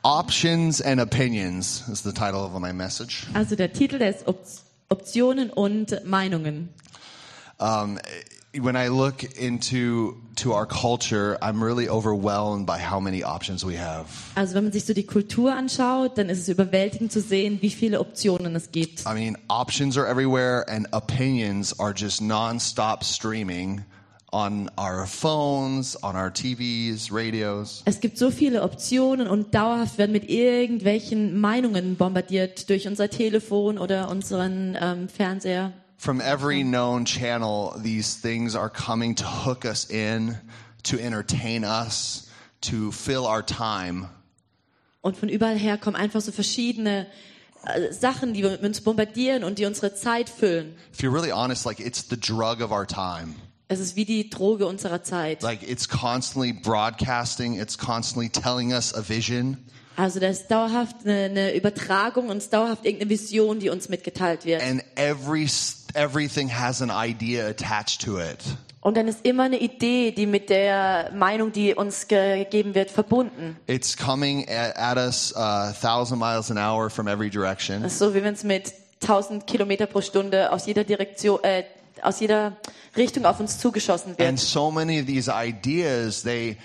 Options and Opinions is the title of my message. Also der Titel, der ist Optionen und Meinungen. When I look into our culture, I'm really overwhelmed by how many options we have. Also wenn man sich so die Kultur anschaut, dann ist es überwältigend zu sehen, wie viele Optionen es gibt. I mean, options are everywhere and opinions are just non-stop streaming on our phones, on our TVs, radios. Es gibt so viele Optionen und dauerhaft werden mit irgendwelchen Meinungen bombardiert durch unser Telefon oder unseren Fernseher. From every known channel, these things are coming to hook us in, to entertain us, to fill our time. Und von überall her kommen einfach so verschiedene Sachen, die uns bombardieren und die unsere Zeit füllen. If you're really honest, like it's the drug of our time. Es ist wie die Droge unserer Zeit. Like it's constantly broadcasting, it's constantly telling us a vision. Also da ist dauerhaft eine Übertragung und es ist dauerhaft irgendeine Vision, die uns mitgeteilt wird. And everything has an idea attached to it. Und dann ist immer eine Idee, die mit der Meinung, die uns gegeben wird, verbunden. It's coming at us 1,000 miles an hour from every direction. Das ist so, wie wenn es mit 1000 Kilometer pro Stunde aus jeder Direktion, aus jeder Richtung auf uns zugeschossen wird. And so many of these ideas, they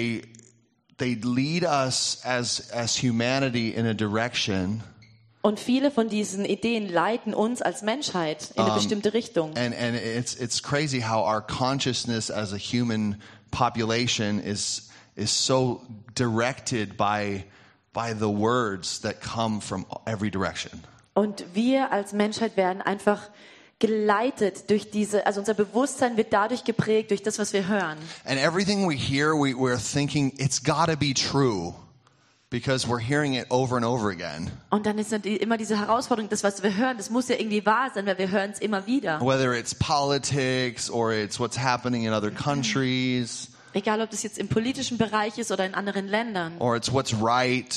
lead us as humanity in a direction. Und viele von diesen Ideen leiten uns als Menschheit in eine bestimmte Richtung. And it's crazy how our consciousness as a human population is so directed by the words that come from every direction. Und wir als Menschheit werden einfach geleitet durch also unser Bewusstsein wird dadurch geprägt durch das, was wir hören. And everything we hear, we're thinking it's got to be true because we're hearing it over and over again. Und dann ist immer diese Herausforderung, das, was wir hören, das muss ja irgendwie wahr sein, weil wir hören es immer wieder. Whether it's politics or it's what's happening in other countries. Egal, ob das jetzt im politischen Bereich ist oder in anderen Ländern. Or it's what's right,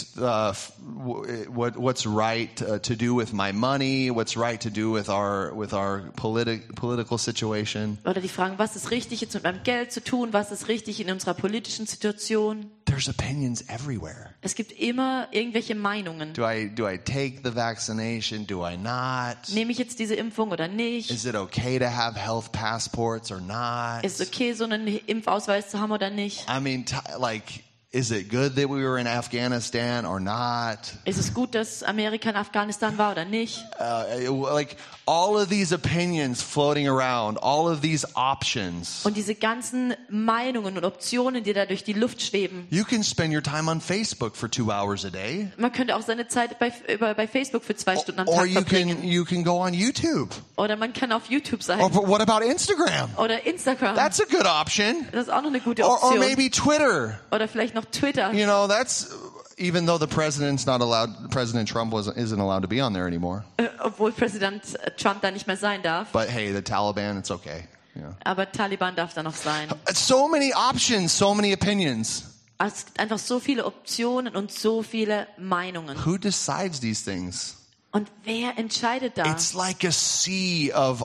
what's right to do with my money, what's right to do with our political situation. Oder die Fragen, was ist richtig jetzt mit meinem Geld zu tun, was ist richtig in unserer politischen Situation. There's opinions everywhere. Es gibt immer irgendwelche Meinungen. Do I take the vaccination? Do I not? Nehme ich jetzt diese Impfung oder nicht? Is it okay to have health passports or not? Ist es okay, so einen Impfausweis zu haben oder nicht? I mean, is it good that we were in Afghanistan or not? Ist es gut, dass Amerika in Afghanistan war oder nicht? Like all of these opinions floating around, all of these options. Und diese ganzen Meinungen und Optionen, die da durch die Luft schweben. You can spend your time on Facebook for 2 hours a day. Man könnte auch seine Zeit bei Facebook für 2 Stunden am Tag Or verbringen. you can go on YouTube. Oder man kann auf YouTube sein. Or what about Instagram? Oder Instagram. That's a good option. Das ist auch noch eine gute Or Option. maybe Twitter. Oder vielleicht noch Twitter. You know, that's even though President Trump isn't allowed to be on there anymore. Obwohl Präsident Trump da nicht mehr sein darf. But hey, the Taliban, it's okay. Yeah. Aber Taliban darf da noch sein. So many options, so many opinions. Es gibt einfach so viele Optionen und so viele Meinungen. Who decides these things? Und wer entscheidet da? It's like a sea of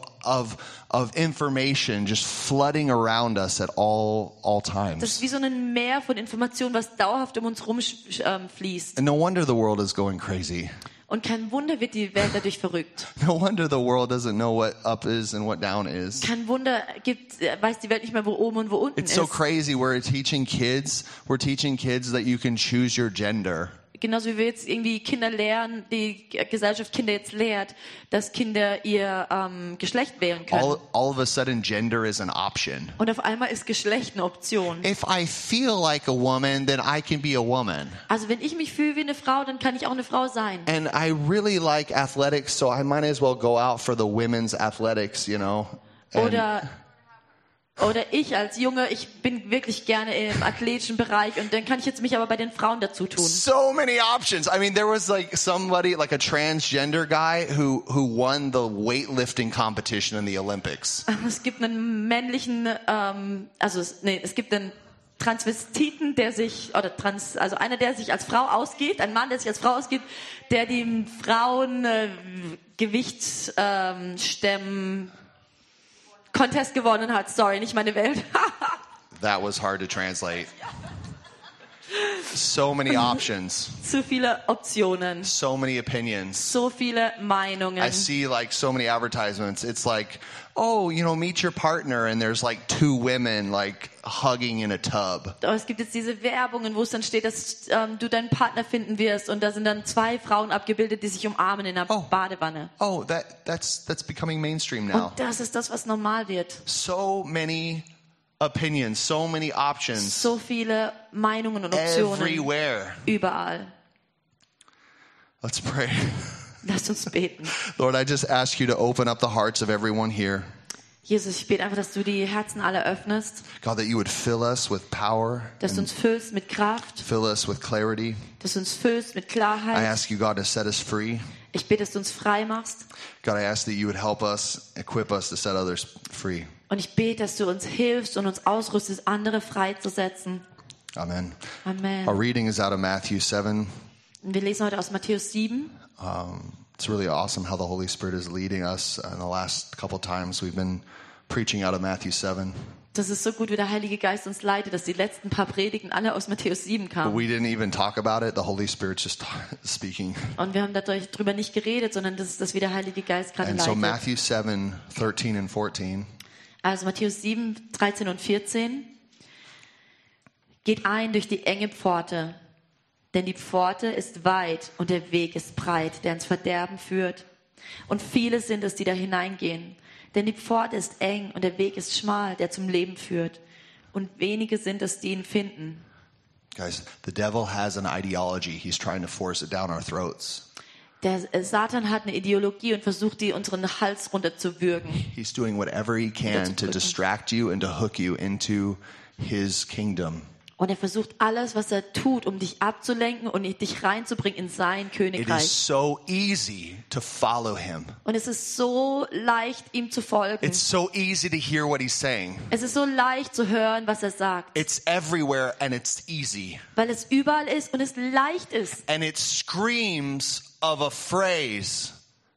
information just flooding around us at all times. Das ist wie so ein Meer von Informationen, was dauerhaft um uns rumfließt. And no wonder the world is going crazy. Und kein Wunder wird die Welt dadurch verrückt. No wonder the world doesn't know what up is and what down is. Kein Wunder weiß die Welt nicht mehr, wo oben und wo unten It's ist. so crazy. We're teaching kids that you can choose your gender. Genauso wie wir jetzt irgendwie Kinder lehren, die Gesellschaft Kinder jetzt lehrt, dass Kinder ihr Geschlecht wählen können. All of a sudden, gender is an option. Und auf einmal ist Geschlecht eine Option. If I feel like a woman, then I can be a woman. Also wenn ich mich fühle wie eine Frau, dann kann ich auch eine Frau sein. And I really like athletics, so I might as well go out for the women's athletics, you know. Oder ich als Junge, ich bin wirklich gerne im athletischen Bereich und dann kann ich jetzt mich aber bei den Frauen dazu tun. So many options. I mean, there was like somebody, like a transgender guy who won the weightlifting competition in the Olympics. Es gibt einen männlichen, es gibt einen Transvestiten, also einer, der sich als Frau ausgeht, ein Mann, der sich als Frau ausgeht, der die Frauen Gewichtsstemmen Contest gewonnen hat. Sorry, nicht meine Welt. That was hard to translate. So many options, Zu viele Optionen. so many opinions. So viele Meinungen. I see like so many advertisements. It's like, oh, meet your partner, and there's like 2 women like hugging in a tub. Aber es gibt jetzt diese Werbungen, wo es dann steht, dass du deinen Partner finden wirst und da sind dann 2 Frauen abgebildet, die sich umarmen in einer Badewanne. Oh, that's becoming mainstream now. Und das ist das, was normal wird. So many opinions, so many options. So viele Meinungen und Optionen Everywhere. überall. Let's pray. Lasst uns beten. Lord, I just ask you to open up the hearts of everyone here. Jesus, ich bete einfach, dass du die Herzen aller öffnest, God, that you would fill us with power, dass du and uns füllst mit Kraft, fill us with clarity. dass du uns füllst mit I Klarheit. ask you, God, to set us free. Ich bete, dass du uns frei machst. God, I ask that you would help us, equip us to set others free. Und ich bete, dass du uns hilfst und uns ausrüstest, andere freizusetzen. Amen. Amen. Our reading is out of Matthew 7. Und wir lesen heute aus Matthäus 7. It's really awesome how the Holy Spirit is leading us. In the last couple times we've been preaching out of Matthew 7. Das ist so gut, wie der Heilige Geist uns leitet, dass die letzten paar Predigen alle aus Matthäus 7 But kamen. we didn't even talk about it. The Holy Spirit's just speaking. Und wir haben darüber nicht geredet, sondern das ist das, wie der Heilige Geist gerade And so leitet. Matthew 7, 13 and 14. Also Matthäus 7, 13 und 14. Geht ein durch die enge Pforte, denn die Pforte ist weit und der Weg ist breit, der ins Verderben führt. Und viele sind es, die da hineingehen. Denn die Pforte ist eng und der Weg ist schmal, der zum Leben führt. Und wenige sind es, die ihn finden. Guys, the devil has an ideology. He's trying to force it down our throats. Der Satan hat eine Ideologie und versucht, die unseren Hals runterzuwürgen. He's doing whatever he can to distract you and to hook you into his kingdom. Und er versucht alles, was er tut, um dich abzulenken und dich reinzubringen in sein It Königreich. is so easy to follow him. Und es ist so leicht, ihm zu folgen. It's so easy to hear what he's saying. Es ist so leicht zu hören, was er sagt. It's everywhere and it's easy. Weil es überall ist und es leicht ist. And it screams of a phrase,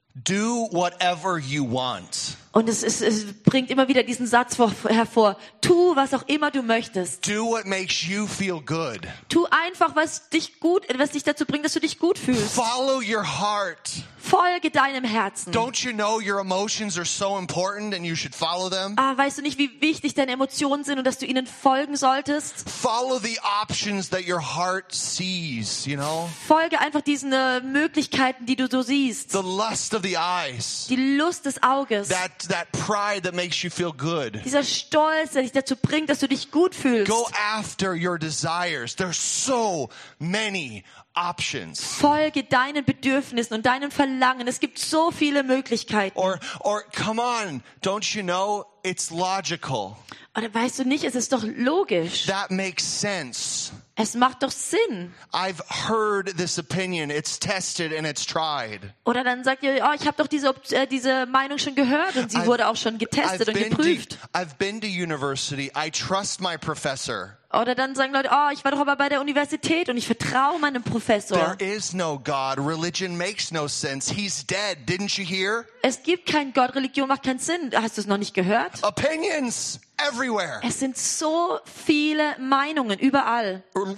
do whatever you want. Und es bringt immer wieder diesen Satz hervor. Tu, was auch immer du möchtest. Do what makes you feel good. Tu einfach, was dich dazu bringt, dass du dich gut fühlst. Follow your heart. Folge deinem Herzen. Don't you know your emotions are so important and you should follow them? Weißt du nicht, wie wichtig deine Emotionen sind und dass du ihnen folgen solltest? Follow the options that your heart sees, Folge einfach diesen Möglichkeiten, die du so siehst. The lust of the eyes. Die Lust des Auges. That pride that makes you feel good. Dieser Stolz, der dich dazu bringt, dass du dich gut fühlst. Go after your desires. There's so many options. Folge deinen Bedürfnissen und deinen Verlangen. Es gibt so viele Möglichkeiten. Or come on, don't you know it's logical? Oder weißt du nicht, es ist doch logisch. That makes sense. Es macht doch Sinn. I've heard this opinion. It's tested and it's tried. Oder dann sagt ihr, ich habe doch diese Meinung schon gehört und sie wurde auch schon getestet und geprüft. I've been to university. I trust my professor. Oder dann sagen Leute, ich war doch aber bei der Universität und ich vertraue meinem Professor. There is no God. Religion makes no sense. He's dead. Didn't you hear? Es gibt keinen Gott, Religion macht keinen Sinn. Hast du es noch nicht gehört? Opinions everywhere. Es sind so viele Meinungen überall.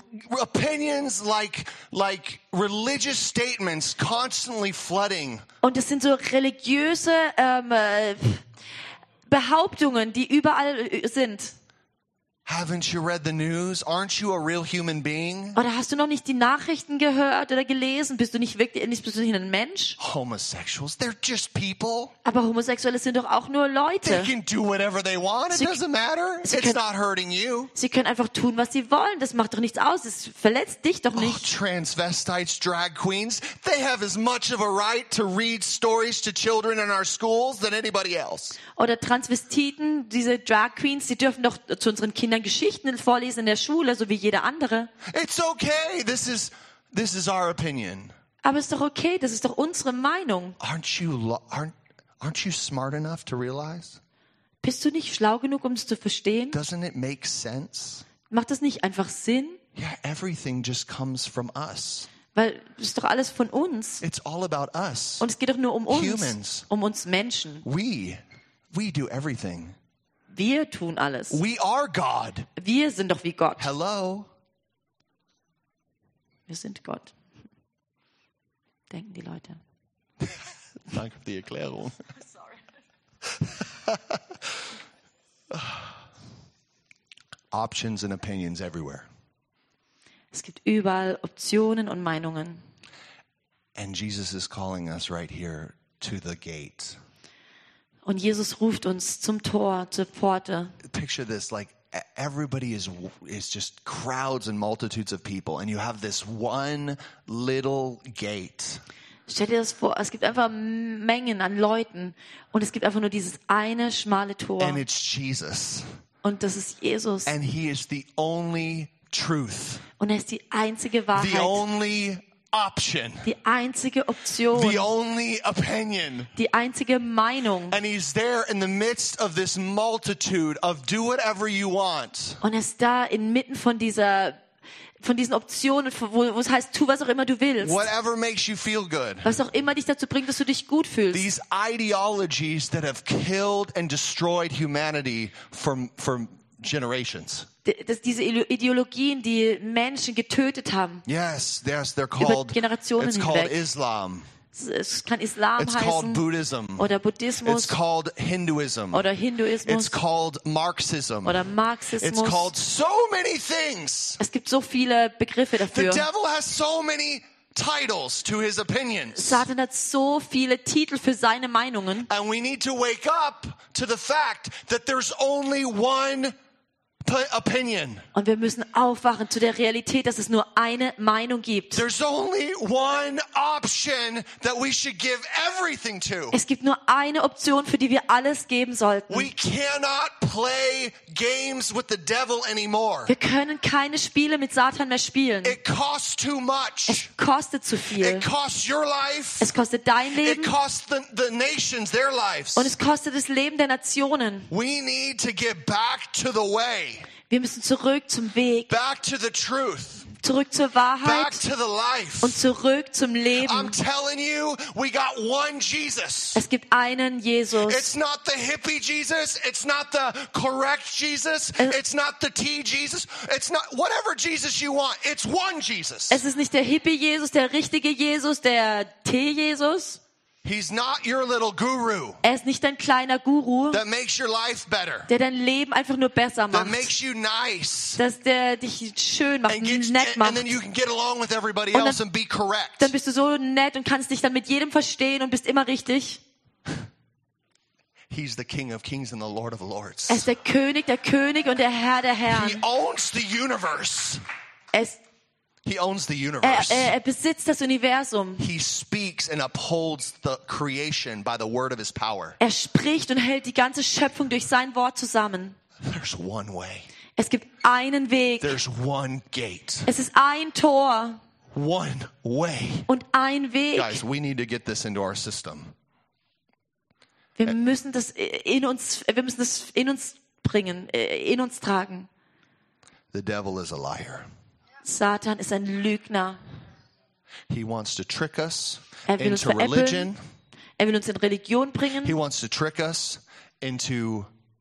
Opinions like religious statements constantly flooding. Und es sind so religiöse Behauptungen, die überall sind. Haven't you read the news? Aren't you a real human being? Oder hast du noch nicht die Nachrichten gehört oder gelesen? Bist du nicht ein Mensch? Homosexuals, they're just people. Aber Homosexuelle sind doch auch nur They Leute. can do whatever they want. It doesn't matter. It's not hurting you. Sie können einfach tun, was sie wollen. Das macht doch nichts aus. Es verletzt dich doch Oh, nicht. transvestites, drag queens, they have as much of a right to read stories to children in our schools than anybody else. Oder Transvestiten, diese Drag Queens, die dürfen doch zu unseren Kindern Geschichten vorlesen in der Schule, so wie jeder andere. It's okay. This is our opinion. Aber ist doch okay. Das ist doch unsere Meinung. Aren't you smart enough to realize? Bist du nicht schlau genug, um es zu verstehen? Doesn't it make sense? Macht das nicht einfach Sinn? Yeah, everything just comes from us. Weil es ist doch alles von uns. It's all about us. Und es geht doch nur um uns. Humans. Um uns Menschen. We do everything. Wir tun alles. We are God. Wir sind doch wie Gott. Hello. Wir sind Gott. Denken die Leute. Danke für die Erklärung. Options and opinions everywhere. Es gibt überall Optionen und Meinungen. And Jesus is calling us right here to the gate. Und Jesus ruft uns zum Tor, zur Pforte. Picture this, like everybody is just crowds and multitudes of people, and you have this one little gate. Stell dir das vor, es gibt einfach Mengen an Leuten und es gibt einfach nur dieses eine schmale Tor. And it's Jesus. Und das ist Jesus. And he is the only truth. Und er ist die einzige The Wahrheit, only option. die einzige Option, The only opinion. die einzige Meinung. And he's there in the midst of this multitude of do whatever you want. Und er ist da inmitten von diesen Optionen, wo es heißt, tu was auch immer du willst. Whatever makes you feel good. Was auch immer dich dazu bringt, dass du dich gut fühlst. These ideologies that have killed and destroyed humanity for generations. Diese Ideologien, die Menschen getötet haben. Yes, they're Über called, Generationen it's called hinweg. Islam. Es kann Islam It's called heißen Buddhism. oder It's Buddhismus called Hinduism. oder It's Hinduismus called Marxism. oder It's Marxismus. called so many things. Es gibt so viele Begriffe The dafür. devil has so many titles to his opinions. Satan hat so viele Titel für seine Meinungen. And we need to wake up to the fact that there's only one opinion. Und wir müssen aufwachen zu der Realität, dass es nur eine Meinung gibt. There's only one option that we should give everything to. Es gibt nur eine Option, für die wir alles geben sollten. We cannot play games with the devil anymore. Wir können keine Spiele mit Satan mehr spielen. It costs too much. Es kostet zu viel. It costs your life. Es kostet dein It Leben costs the nations their lives. und es kostet das Leben der Nationen. We need to get back to the way, Wir müssen zurück zum Weg, back to the truth, zurück zur back Wahrheit to the life. und zurück zum I'm Leben. telling you, we got one Jesus. Es gibt einen Jesus. It's not the hippie Jesus. It's not the correct Jesus. It's not the T Jesus. It's not whatever Jesus you want. It's one Jesus. Es ist nicht der Hippie-Jesus, der richtige Jesus, der T-Jesus. He's not your little guru Er ist nicht dein kleiner Guru, that makes your life better, der dein Leben einfach nur besser that macht. makes you nice, Dass der dich schön macht, nett and macht. then you can get along with everybody Und dann- else and be correct. Dann bist du so nett und kannst dich dann mit jedem verstehen und bist immer richtig. He's the King of Kings and the Lord of Lords. Er ist der König und der Herr der He Herren. owns the universe. He owns the universe. Er besitzt das Universum. He speaks and upholds the creation by the word of his power. Er spricht und hält die ganze Schöpfung durch sein Wort zusammen. There's one way. Es gibt einen Weg. There's one gate. Es ist ein Tor One way. und ein Weg. Guys, we need to get this into our system. Wir müssen das in uns bringen, in uns tragen. The devil is a liar. Satan ist ein Lügner. He wants to trick us Er will uns into religion. veräppeln. Er will uns in Religion He bringen. wants to trick us into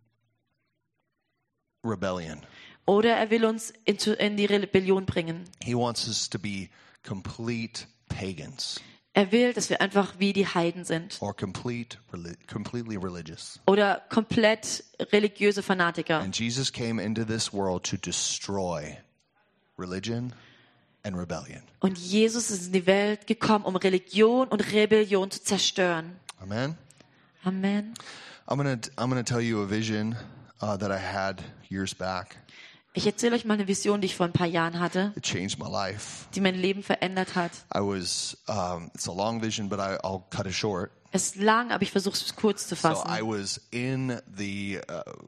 rebellion. Oder er will uns in die Rebellion bringen. He wants us to be complete pagans Er will, dass wir einfach wie die Heiden sind. or completely religious. Oder komplett religiöse Fanatiker. And Jesus came into this world to destroy religion and rebellion. Und Jesus ist in die Welt gekommen, um Religion und Rebellion zu zerstören. Amen. Amen. I'm gonna tell you a vision that I had years back. Ich erzähle euch mal eine Vision, die ich vor ein paar Jahren hatte, It changed my life. die mein Leben verändert hat. It's a long vision, but I'll cut it short. Es ist lang, aber ich versuche es kurz zu So I fassen. was in the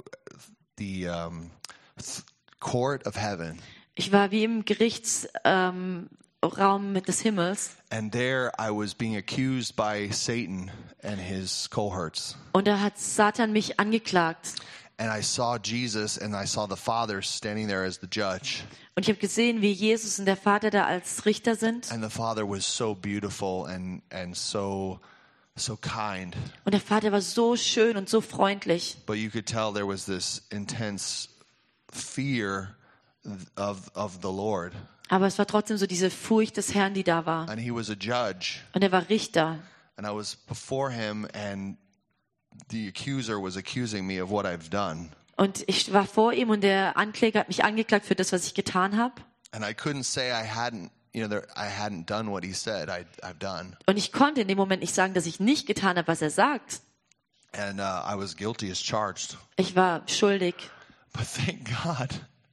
court of heaven, Ich war wie im Gerichtsraum des Himmels and there I was being accused by Satan and his cohorts. und da hat Satan mich angeklagt. And I saw Jesus and I saw the Father standing there as the judge. Und ich habe gesehen, wie Jesus und der Vater da als Richter sind. And the Father was so beautiful and so kind. Und der Vater war so schön und so freundlich. But you could tell there was this intense fear of the Lord. Aber es war trotzdem so diese Furcht des Herrn, die da war. And he was a judge. Und er war Richter. And I was before him, and the accuser was accusing me of what I've done. Und ich war vor ihm und der Ankläger hat mich angeklagt für das, was ich getan habe. And I couldn't say I hadn't done what he said I've done. Und ich konnte in dem Moment nicht sagen, dass ich nicht getan habe, was er sagt. And I was guilty as charged. Ich war schuldig. But thank God,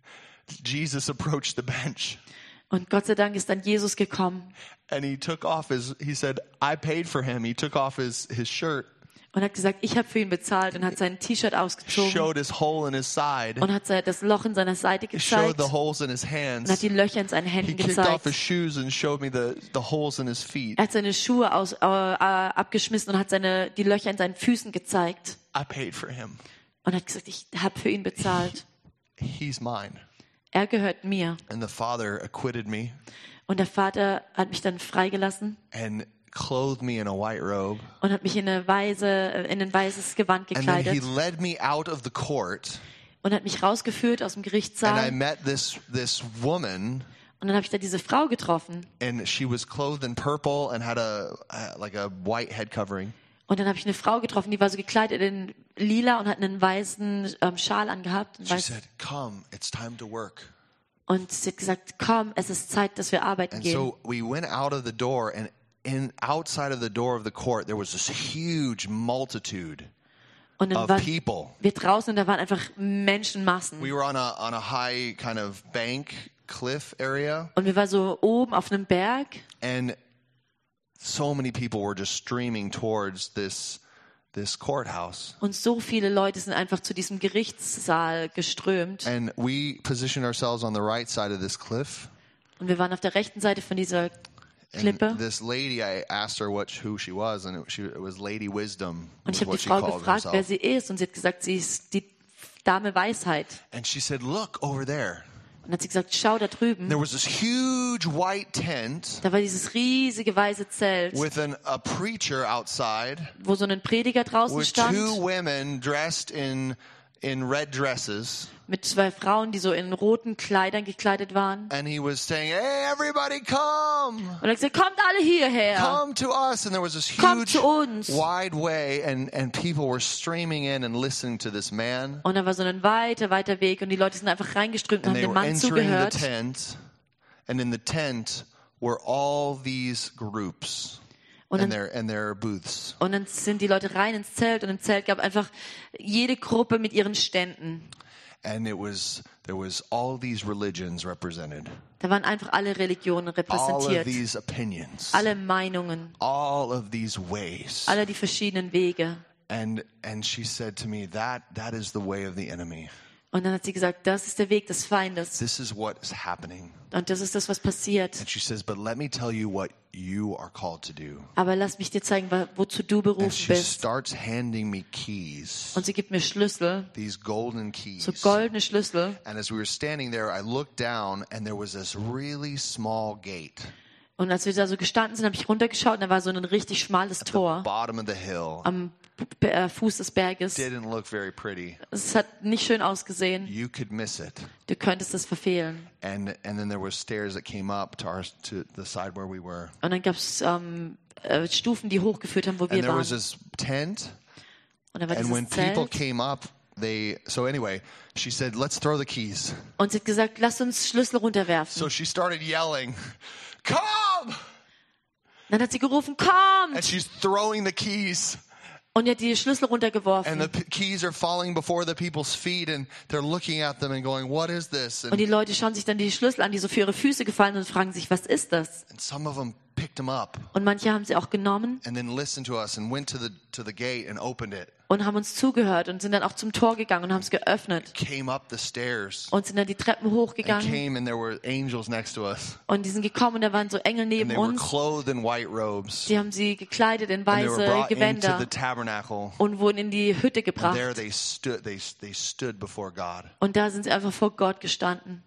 Jesus approached the bench. Und Gott sei Dank ist dann Jesus gekommen And he said, I paid for him. He took off his shirt, und hat gesagt, ich habe für ihn bezahlt und hat sein T-Shirt ausgezogen showed his hole in his side, und hat das Loch in seiner Seite showed gezeigt the holes in his und hat hands. die Löcher in seinen He Händen kicked off his gezeigt. shoes and showed me the holes in his feet. Er hat seine Schuhe abgeschmissen und hat die Löcher in seinen Füßen gezeigt I paid for him. und hat gesagt, ich habe für ihn bezahlt. He's mine. Er gehört mir. And the Father acquitted me Und der Vater hat mich dann freigelassen and clothed me in a white robe. und hat mich in ein weißes Gewand And then he gekleidet led me out of the court. und hat mich rausgeführt aus dem And I Gerichtssaal. met this woman, Und dann habe ich da diese Frau getroffen. and she was clothed in purple and had like a white head covering. Und dann habe ich eine Frau getroffen, die war so gekleidet in lila und hat einen weißen Schal angehabt. She said, "Come, it's time to work." Und sie hat gesagt, komm, es ist Zeit, dass wir arbeiten And gehen. so we went out of the door, and outside of the door of the court, there was this huge multitude Und dann of waren people. wir draußen und da waren einfach Menschenmassen. We were on a high kind of bank cliff area, Und wir waren so oben auf einem Berg and so many people were just streaming towards this courthouse. und so viele Leute sind einfach zu diesem Gerichtssaal geströmt. And we positioned ourselves on the right side of this cliff. Und wir waren auf der rechten Seite von dieser Klippe. And this lady, I asked her who she was, and it was Lady Wisdom, Und was ich habe what die she Frau called gefragt, wer herself. sie ist. Und sie hat gesagt, sie ist die Dame Weisheit. And she said, "Look over there." Und dann hat sie gesagt, schau da drüben. There was this huge white tent Da war dieses riesige weiße Zelt, with a preacher outside, wo so ein Prediger draußen with stand, two women dressed in red dresses, mit zwei Frauen, die so in roten Kleidern gekleidet waren. and he was saying, "Hey, everybody, come, Und er hat gesagt, kommt alle hierher. come to us." And there was this Kommt huge, zu uns. wide way, and people were streaming in and listening to this man. Und da war so ein weiter Weg und die Leute sind einfach reingeströmt und And haben they dem were Mann entering the zugehört. tent, and in the tent were all these groups Und and dann, their booths. und dann sind die Leute rein ins Zelt und im Zelt gab einfach jede Gruppe mit ihren Ständen. And there was all these religions represented, Da waren einfach alle Religionen all of repräsentiert, these opinions, alle Meinungen, all of these ways. alle die verschiedenen Wege. And she said to me, that is the way of the enemy. Und dann hat sie gesagt, das ist der Weg des Feindes. This is what is happening. Und das ist das, was passiert. And she says, but let me tell you what you are called to do. Aber lass mich dir zeigen, wozu du And berufen she bist. starts handing me keys, Und sie gibt mir Schlüssel, these golden keys. so goldene Schlüssel. And as we were standing there, I looked down, and there was this really small gate Und als wir da so gestanden sind, habe ich runtergeschaut und da war so ein richtig schmales at the Tor bottom of the hill. am Fuß des Berges. Didn't look very pretty. Es hat nicht schön ausgesehen. You could miss it. Du könntest es verfehlen. And then there were stairs that came up to the side where we were. Und dann gab es Stufen, die hochgeführt haben, wo And wir there was waren. this tent, Und da war and when dieses people Zelt. came up, so anyway, she said, "Let's throw the keys." Und sie hat gesagt, lass uns Schlüssel runterwerfen. So she started yelling, "Come!" Dann hat sie gerufen, komm! And she's throwing the keys. Und hat die Schlüssel And runtergeworfen. the keys are falling before the people's feet, and they're looking at them and going, "What is this?" Und die Leute schauen sich dann die Schlüssel an, die so für ihre Füße gefallen sind und fragen sich, was ist das? And some of them picked them up Und manche haben sie auch genommen and then listened to us and went to the gate and opened it. und haben uns zugehört und sind dann auch zum Tor gegangen und haben es geöffnet. Came up the stairs Und sind dann die Treppen and hochgegangen came, and there were angels next to us, und die sind gekommen und da waren so Engel and neben they were uns. clothed in white robes, Die haben sie gekleidet in and they were weiße brought into Gewänder the tabernacle. und wurden in die Hütte And gebracht. there they stood. They stood before God. Und da sind sie einfach vor Gott gestanden.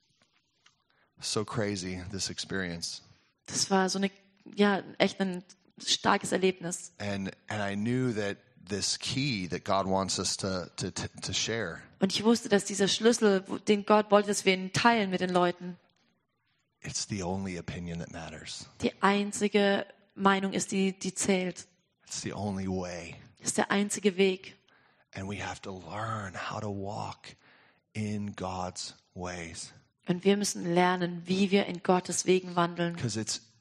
So crazy, this experience. Das war so echt ein starkes Erlebnis. And I knew that this key that God wants us to share Und ich wusste, dass dieser Schlüssel, den Gott wollte, dass wir ihn teilen mit den Leuten. it's the only opinion that matters. Die einzige Meinung ist die zählt. It's the only way. Das ist der einzige Weg. And we have to learn how to walk in God's ways. Und wir müssen lernen, wie wir in Gottes Wegen wandeln. Because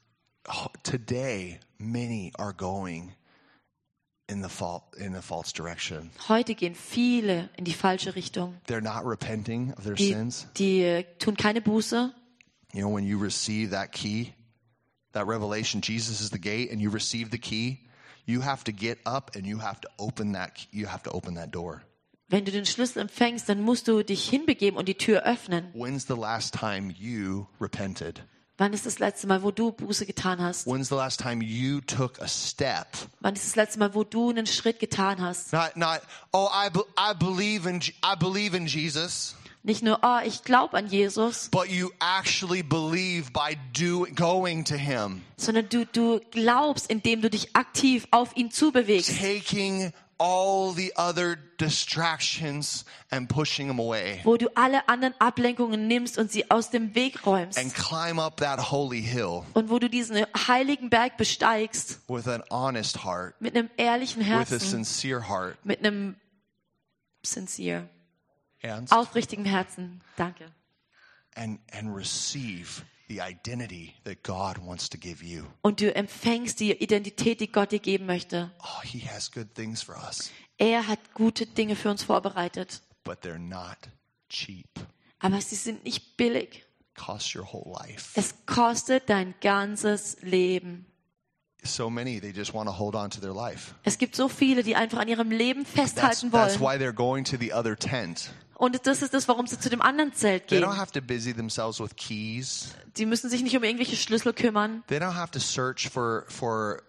today, many are going in the false direction. Heute gehen viele in die falsche Richtung. They're not repenting of their sins. Die tun keine Buße. You know, when you receive that key, that revelation, Jesus is the gate, and you receive the key, you have to get up and you have to open that door. Wenn du den Schlüssel empfängst, dann musst du dich hinbegeben und die Tür öffnen. When's the last time you repented? Wann ist das letzte Mal, wo du Buße getan hast? When's the last time you took a step? Wann ist das letzte Mal, wo du einen Schritt getan hast? Not I believe in Jesus. Nicht nur, ich glaube an Jesus, But you actually believe by going to him. sondern du glaubst, indem du dich aktiv auf ihn zubewegst. Taking all the other distractions and pushing them away. Wo du alle anderen Ablenkungen nimmst und sie aus dem Weg räumst. And climb up that holy hill Und wo du diesen heiligen Berg besteigst. with an honest heart, Mit einem ehrlichen with a Herzen. sincere heart. Mit einem sincere, And aufrichtigen Herzen. Danke. and receive the identity that God wants to give you. Und du empfängst die Identität, die Gott dir geben möchte. Oh, he has good things for us, Er hat gute Dinge für uns vorbereitet. but they're not cheap. Aber sie sind nicht billig. Costs your whole life. Es kostet dein ganzes Leben. So many, they just want to hold on to their life. Es gibt so viele, die einfach an ihrem Leben festhalten That's wollen. why they're going to the other tent. Und das ist das, warum sie zu dem anderen Zelt They gehen. don't have to busy themselves with keys. Sie müssen sich nicht um irgendwelche Schlüssel kümmern. They don't have to search for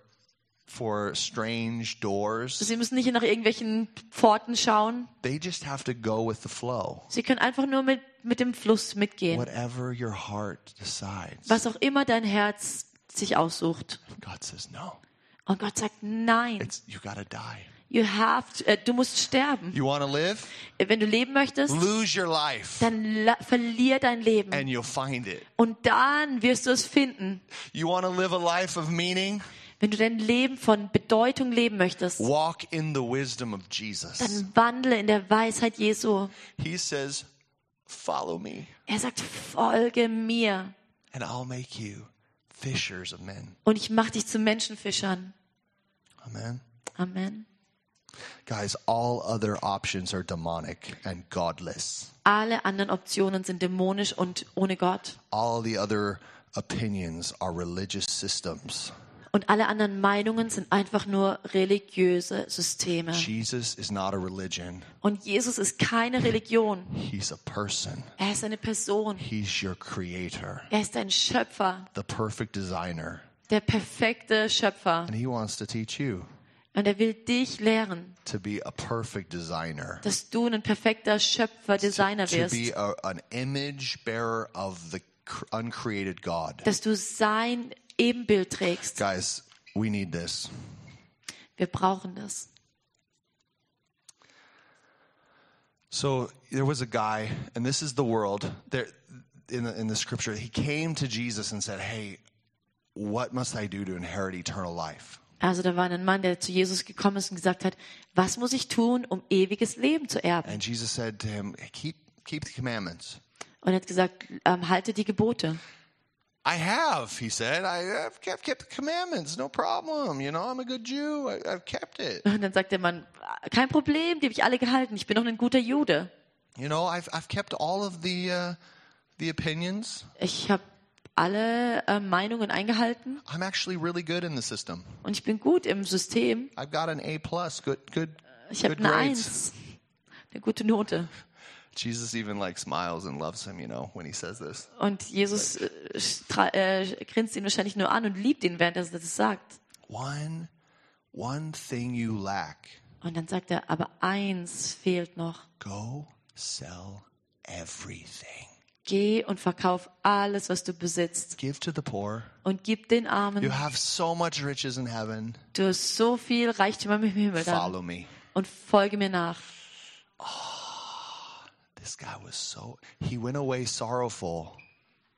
strange doors. Sie müssen nicht nach irgendwelchen Pforten schauen. They just have to go with the flow. Sie können einfach nur mit dem Fluss mitgehen. Whatever your heart decides. Was auch immer dein Herz sich aussucht. God says no. Und Gott sagt, nein, You gotta die. du musst sterben. You want to live? Wenn du leben möchtest, Lose your life dann verlier dein Leben. and you'll find it. Und dann wirst du es finden. You want to live a life of meaning? Wenn du dein Leben von Bedeutung leben möchtest, Walk in the wisdom of Jesus. dann wandle in der Weisheit Jesu. He says, follow me Er sagt, folge mir and I'll make you fishers of men. und ich mache dich zu Menschenfischern. Amen. Amen. Guys, all other options are demonic and godless. Alle anderen Optionen sind dämonisch und ohne Gott. All the other opinions are religious systems. Und alle anderen Meinungen sind einfach nur religiöse Systeme. Jesus is not a religion. Und Jesus ist keine Religion. He's a person. Er ist eine Person. He's your creator, Er ist ein Schöpfer, the perfect designer. der perfekte Schöpfer. And he wants to teach you Und er will dich lehren, to be a perfect designer. dass du ein perfekter Schöpfer, Designer To wirst. be an image bearer of the uncreated God. Dass du sein Ebenbild trägst. Guys, we need this. Wir brauchen das. So there was a guy, and this is the world. There, in the scripture, he came to Jesus and said, "Hey, what must I do to inherit eternal life?" Also da war ein Mann, der zu Jesus gekommen ist und gesagt hat, was muss ich tun, um ewiges Leben zu erben? And Jesus said to him, "Keep the commandments." Und er hat gesagt, halte die Gebote. I have, he said. I've kept the commandments, no problem. You know, I'm a good Jew. I've kept it. Und dann sagt der Mann, kein Problem, die habe ich alle gehalten. Ich bin doch ein guter Jude. You know, I've kept all of the opinions. Ich habe alle Meinungen eingehalten I'm actually really good in the system. und ich bin gut im System. I've got an A+, good Ich habe good eine grades. 1, eine gute Note. Jesus even like smiles and loves him, you know, when he says this. Und Jesus grinst ihn wahrscheinlich nur an und liebt ihn, während er das sagt. One thing you lack. Und dann sagt er, aber eins fehlt noch. Go sell everything. Geh und verkauf alles, was du besitzt. Give to the poor. Und gib den Armen. You have so much riches in heaven. Du hast so viel Reichtum im Himmel dann. Follow me. Und folge mir nach. This guy he went away sorrowful.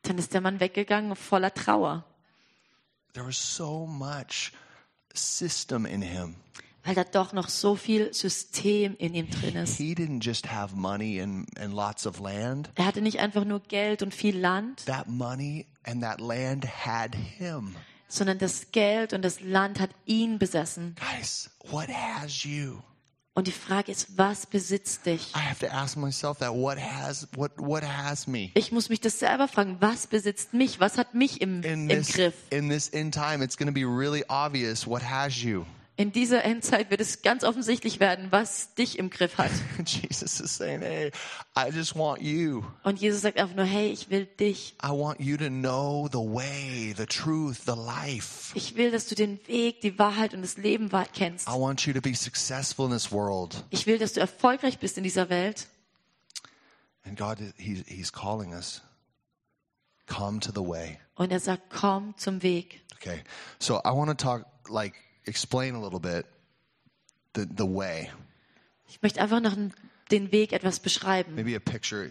Dann ist der Mann weggegangen voller Trauer, There was so much system in him. weil da doch noch so viel System in ihm drin ist. He didn't just have money and lots of land. Er hatte nicht einfach nur Geld und viel Land, That money and that land had him. sondern das Geld und das Land hat ihn besessen. Guys, what has you? Und die Frage ist, was besitzt dich? I have to ask myself that. What has me? Ich muss mich das selber fragen, was besitzt mich? Was hat mich im Griff? In this end time, it's going to be really obvious what has you. In dieser Endzeit wird es ganz offensichtlich werden, was dich im Griff hat. Jesus is saying, hey, I just want you. Und Jesus sagt einfach nur, hey, ich will dich. I want you to know the way, the truth, the life. Ich will, dass du den Weg, die Wahrheit und das Leben kennst. I want you to be successful in this world. Ich will, dass du erfolgreich bist in dieser Welt. And God, He's calling us. Come to the way. Und er sagt, komm zum Weg. Okay, so I want to explain a little bit the way. Ich möchte einfach noch den Weg etwas beschreiben. Maybe a picture.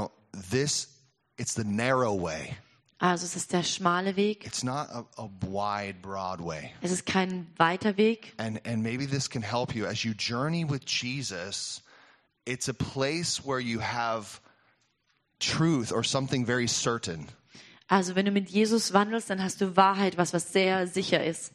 It's the narrow way. Also es ist der schmale Weg. It's not a wide, broad way. Es ist kein weiter Weg. And maybe this can help you as you journey with Jesus. It's a place where you have truth or something very certain. Also wenn du mit Jesus wandelst, dann hast du Wahrheit, was sehr sicher ist.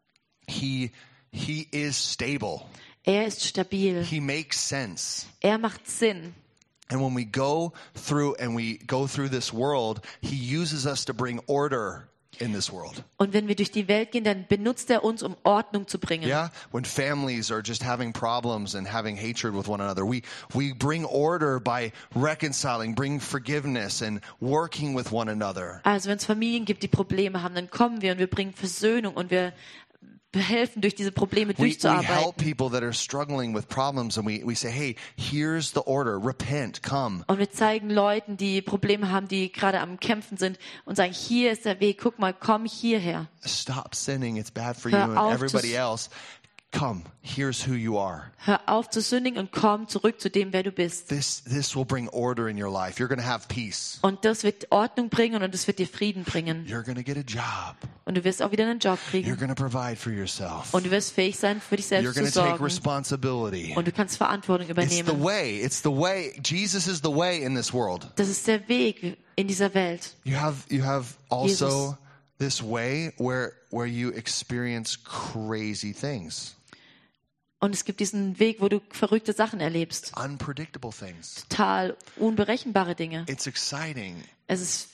He is stable. Er ist stabil. He makes sense. Er macht Sinn. And when we go through this world, he uses us to bring order in this world. Und wenn wir durch die Welt gehen, dann benutzt er uns, um Ordnung zu bringen. Yeah, when families are just having problems and having hatred with one another, we bring order by reconciling, bring forgiveness and working with one another. Also wenn es Familien gibt, die Probleme haben, dann kommen wir und wir bringen Versöhnung und wir helfen, durch diese Probleme We help durchzuarbeiten. people that are struggling with problems and we say, hey, here's the order, repent, come. Und wir zeigen Leuten, die Probleme haben, die gerade am Kämpfen sind und sagen, hier ist der Weg, guck mal, komm hierher. Stop sinning, it's bad for you Hör and auf everybody zu- else. Come, here's who you are. Hör auf zu sündigen und komm zurück zu dem, wer du bist. This will bring order in your life. You're going to have peace. Und das wird Ordnung bringen und es wird dir Frieden bringen. You're going to get a job. Und du wirst auch wieder einen Job You're kriegen. going to provide for yourself. Und du wirst fähig sein, für dich You're selbst going zu to take sorgen. responsibility. Und du kannst Verantwortung It's the übernehmen. way. It's the way. Jesus is the way in this world. Das ist der Weg in dieser Welt. You have also Jesus. this way where you experience crazy things, Und es gibt diesen Weg, wo du verrückte Sachen erlebst. unpredictable things. Total unberechenbare Dinge. It's exciting. Es ist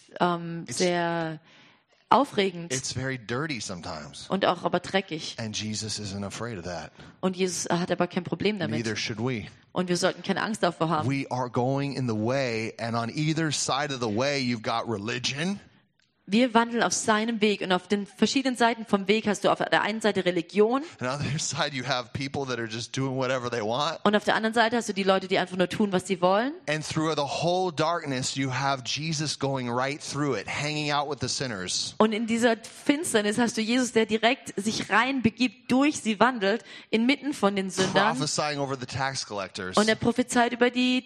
sehr aufregend It's very dirty sometimes. und auch aber dreckig. And Jesus isn't afraid of that. Und Jesus hat aber kein Problem damit. Neither should we. Und wir sollten keine Angst davor haben. We are going in the way, and on either side of the way, you've got religion. Wir wandeln auf seinem Weg und auf den verschiedenen Seiten vom Weg hast du auf der einen Seite Religion And on the other side, you have people that are just doing whatever they want. und auf der anderen Seite hast du die Leute, die einfach nur tun, was sie wollen. And through the whole darkness, you have Jesus going right through it, hanging out with the sinners. Und in dieser Finsternis hast du Jesus, der direkt sich rein begibt, durch sie wandelt, inmitten von den Sündern. Prophesying over the tax collectors. Und er prophezeit über die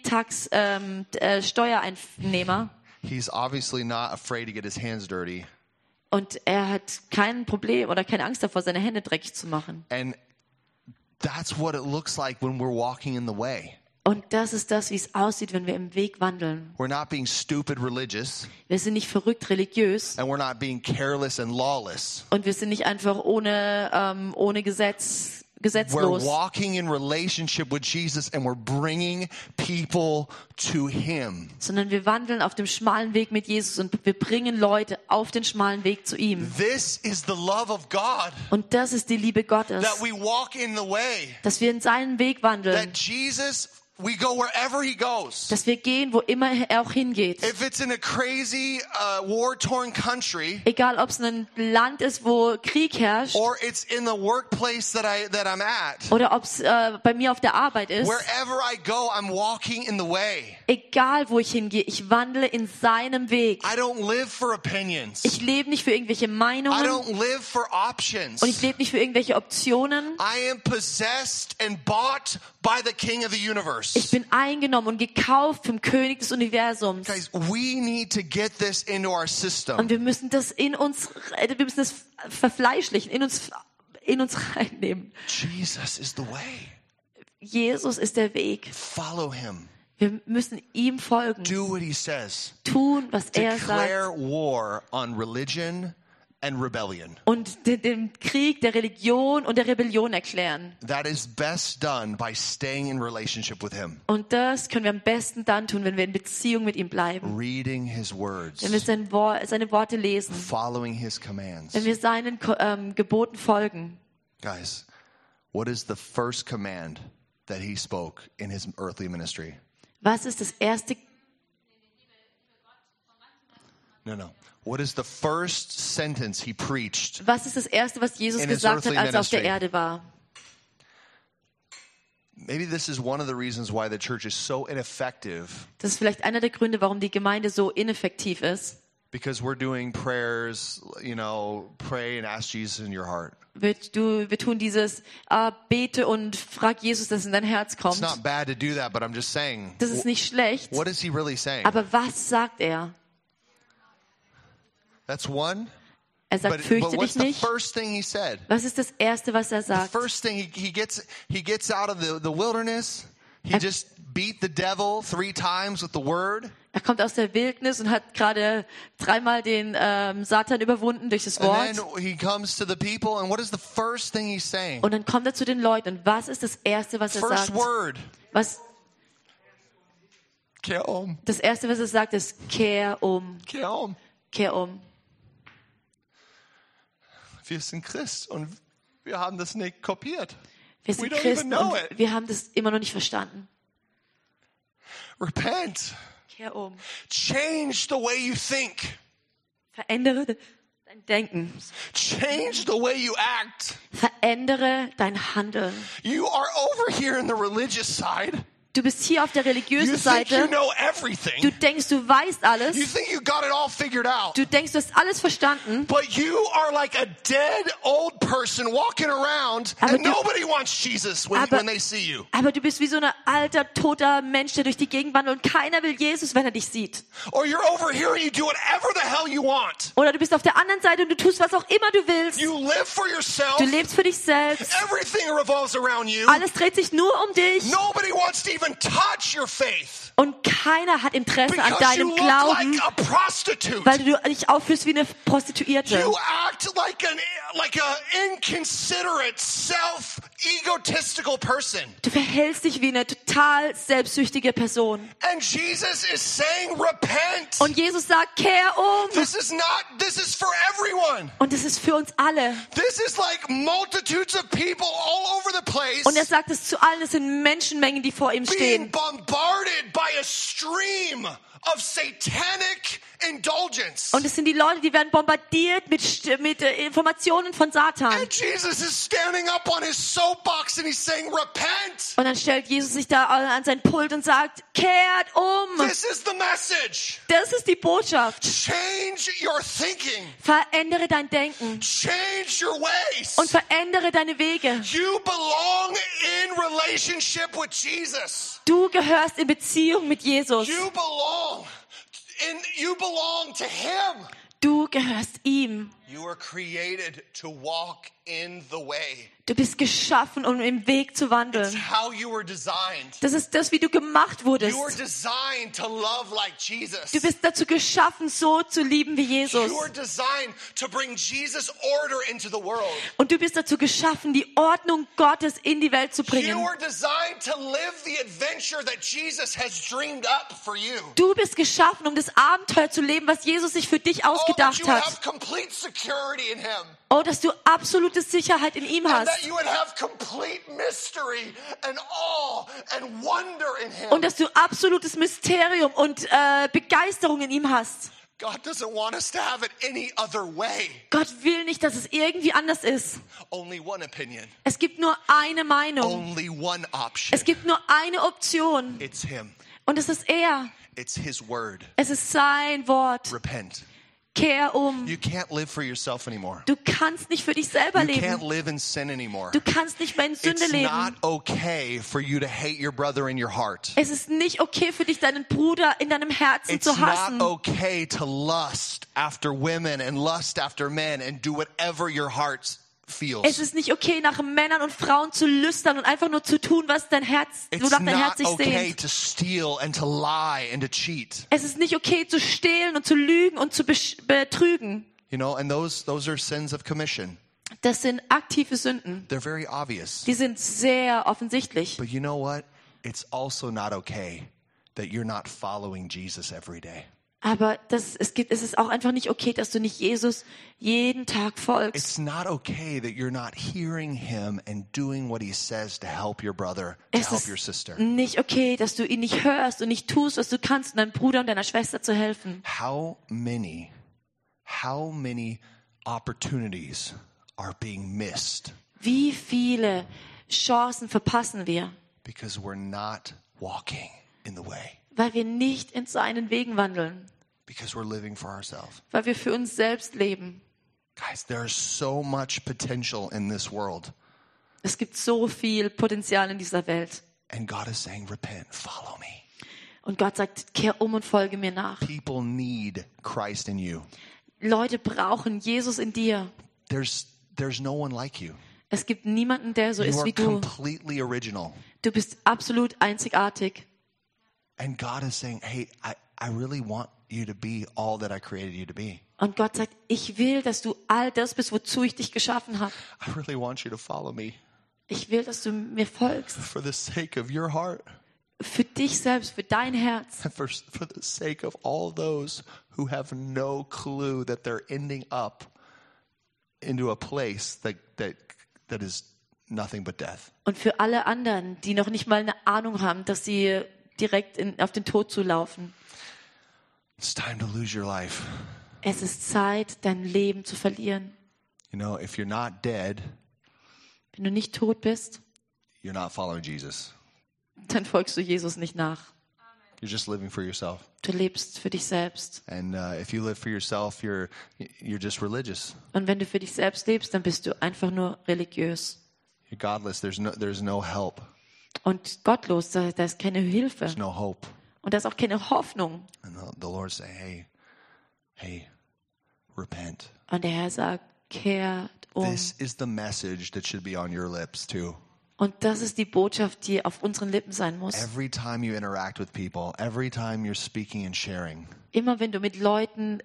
Steuereinnehmer. He's obviously not afraid to get his hands dirty. Und er hat kein Problem oder keine Angst davor, seine Hände dreckig zu machen. And that's what it looks like when we're walking in the way. Und das ist das, wie es aussieht, wenn wir im Weg wandeln. We're not being stupid religious, Wir sind nicht verrückt religiös and we're not being careless and lawless. und wir sind nicht einfach ohne We're gesetzlos. walking in relationship with Jesus and we're bringing people to him. Sondern wir wandeln auf dem schmalen Weg mit Jesus und wir bringen Leute auf den schmalen Weg zu ihm. This is the love of God, Und das ist die Liebe Gottes, that we walk in the way, dass wir in seinen Weg wandeln, that Jesus, we go wherever he goes. dass wir gehen, wo immer er auch hingeht. If it's in a crazy, war-torn country, Egal, ob es ein Land ist, wo Krieg herrscht, or it's in the workplace that I'm at, oder ob es bei mir auf der Arbeit ist. wherever I go, I'm walking in the way. Egal, wo ich hingehe, ich wandle in seinem Weg. I don't live for opinions. Ich lebe nicht für irgendwelche I Meinungen don't live for options. und ich lebe nicht für irgendwelche Optionen, I am possessed and bought by the King of the universe. universe. Ich bin eingenommen und gekauft vom König des Universums. Guys, we need to get this into our Und system. wir müssen das verfleischlichen, in uns reinnehmen. Jesus is the way. Jesus ist der Weg. Follow him. Wir müssen ihm folgen. Do what he says. Tun, was er Declare sagt. war on religion and rebellion. Und den Krieg der Religion und der Rebellion erklären. That is best done by staying in relationship with him. Und das können wir am besten dann tun, wenn wir in Beziehung mit ihm bleiben. Reading his words. Wenn wir seine Worte lesen. Following his commands. Wenn wir seinen Geboten folgen. Guys, what is the first command that he spoke in his earthly ministry? Was ist das erste? No. What is the first sentence he preached? Was ist das erste, was Jesus In his gesagt hat, earthly als er auf der ministry. Erde war? Maybe this is one of the reasons why the church is so ineffective, Das ist vielleicht einer der Gründe, warum die Gemeinde so ineffektiv ist. because we're doing prayers, pray and ask Jesus in your heart. Wir tun dieses bete und frag Jesus, dass es in dein Herz It's kommt. not bad to do that, but I'm just saying, Das ist nicht schlecht. what is he really saying? Aber was sagt er? That's one. Er sagt, But fürchte what's dich the nicht. first thing he said? Was ist das Erste, was er The sagt? first thing he gets out of the wilderness. He just beat the devil 3 times with the word. Er kommt aus der Wildnis und hat gerade 3-mal den Satan überwunden durch das And Wort. then he comes to the people, and what is the first thing he's saying? Und dann kommt er zu den Leuten. Und was ist das Erste, was er First sagt? word. Was, Kehr um. das Erste, was er sagt, ist, kehr um. Kehr um. Kehr um. Wir sind Christ und wir haben das nicht kopiert. Wir We sind don't Christen even know und it. wir haben das immer noch nicht verstanden. Repent. Kehr um. Change the way you think. Verändere dein Denken. Change the way you act. Verändere dein Handeln. You are over here in the religious side. Du bist hier auf der You religiösen think you Seite. know Du everything. denkst, du weißt alles. You think you got it all figured out. Du denkst, du hast alles verstanden. But you are like a dead old person walking around, Aber and du- nobody wants Jesus when they see you. Aber du bist wie so ein alter, toter Mensch, der durch die Gegend wandelt und keiner will Jesus, wenn er dich sieht. Or you're over here and you do whatever the hell you want. Oder du bist auf der anderen Seite und du tust, was auch immer du willst. You live for yourself. Du lebst für dich selbst. Everything revolves around you. Alles dreht sich nur um dich. Nobody wants to even touch your faith Und keiner hat Interesse an because you deinem look Glauben, like a prostitute. weil du dich aufführst wie eine Prostituierte. You act like a inconsiderate, egotistical person. Du verhältst dich wie eine total selbstsüchtige Person. And Jesus is saying, repent. Und Jesus sagt, kehr um. This is for everyone. Und das ist für uns alle. This is like multitudes of people all over the place Und er sagt es zu allen, es sind Menschenmengen, die vor ihm being stehen. bombarded by a stream of satanic indulgence. Und es sind die Leute, die werden bombardiert mit Informationen von Satan. And Jesus is standing up on his soapbox and he's saying, repent. Und dann stellt Jesus sich da an sein Pult und sagt, kehrt um. This is the message. Das ist die Botschaft. Change your thinking. Verändere dein Denken Change your ways. und verändere deine Wege. You belong in relationship with Jesus. Du gehörst in Beziehung mit Jesus. You belong to him. Du gehörst ihm. You are created to walk in the way. Du bist geschaffen, um im Weg zu It's wandeln. how you were designed. Das ist das, wie du gemacht wurdest. You were designed to love like Jesus. Du bist dazu geschaffen, so zu lieben wie Jesus. You were designed to bring Jesus' order into the world. Und du bist dazu geschaffen, die Ordnung Gottes in die Welt zu You bringen. were designed to live the adventure that Jesus has dreamed up for you. Du bist geschaffen, um das Abenteuer zu leben, was Jesus sich für dich Oh, that ausgedacht you would hat. have complete security in him. Oh, dass du absolute Sicherheit in ihm And hast. that you would have complete mystery and awe and wonder in him. Und dass du absolutes Mysterium und Begeisterung in ihm hast. God doesn't want us to have it any other way. Gott will nicht, dass es irgendwie anders ist. Only one opinion. Es gibt nur eine Meinung. Only one option. Es gibt nur eine Option. It's him. Und es ist er. It's his word. Es ist sein Wort. Repent. Kehr um. You can't live for yourself anymore. Du kannst nicht für dich selber You can't leben. live in sin anymore. Du kannst nicht mehr in Sünde It's not leben. okay for you to hate your brother in your heart. Es ist nicht okay für dich, deinen Bruder in deinem Herzen It's zu hassen. not okay to lust after women and lust after men and do whatever your heart Es feels. ist nicht okay, nach Männern und Frauen zu lüstern und einfach nur zu tun, was dein Herz, It's wonach dein Herz not sich okay sehnt. to steal and to lie and to cheat. Es ist nicht okay, zu stehlen und zu lügen und zu betrügen. You know, and those are sins of commission. Das sind aktive Sünden. They're very obvious. Die sind sehr offensichtlich. But you know what? It's also not okay that you're not following Jesus every day. Aber es ist auch einfach nicht okay, dass du nicht Jesus jeden Tag folgst. It's not okay that you're not hearing him and doing what he says to help your brother, to Es help your ist sister. nicht okay, dass du ihn nicht hörst und nicht tust, was du kannst, um deinem Bruder und deiner Schwester zu helfen. How many opportunities are being missed Wie viele Chancen verpassen wir, because we're not walking in the way, weil wir nicht in seinen Wegen wandeln, because we're living for ourselves. weil wir für uns selbst leben. Guys, there is so much potential in this world. Es gibt so viel Potenzial in dieser Welt. And God is saying, repent, follow me. Und Gott sagt, kehr um und folge mir nach. People need Christ in you. Leute brauchen Jesus in dir. There's no one like you. Es gibt niemanden, der so You ist are wie du. completely original. Du bist absolut einzigartig. And God is saying, hey, I really want you to be all that I created you to be. Und Gott sagt, ich will, dass du all das bist, wozu ich dich geschaffen habe. I really want you to follow me Ich will, dass du mir folgst. for the sake of your heart Für dich selbst, für dein Herz. and for the sake of all those who have no clue that they're ending up into a place that is nothing but death. Und für alle anderen, die noch nicht mal eine Ahnung haben, dass sie direkt auf den Tod zulaufen. It's time to lose your life. Es ist Zeit, dein Leben zu verlieren. You know, if you're not dead, Wenn du nicht tot bist, you're not following Jesus. dann folgst du Jesus nicht nach. You're just living for yourself. Du lebst für dich selbst. And if you live for yourself, you're just religious. Und wenn du für dich selbst lebst, dann bist du einfach nur religiös. You're godless. There's no help. Und gottlos, da ist keine Hilfe. There's no hope. Und da ist auch keine Hoffnung. And the Lord say, hey, repent. Und der Herr sagt, kehrt um. This is the message that should be on your lips too. Und das ist die Botschaft, die auf unseren Lippen sein muss. Every time you interact with people, every time you're speaking and sharing, Immer wenn du mit Leuten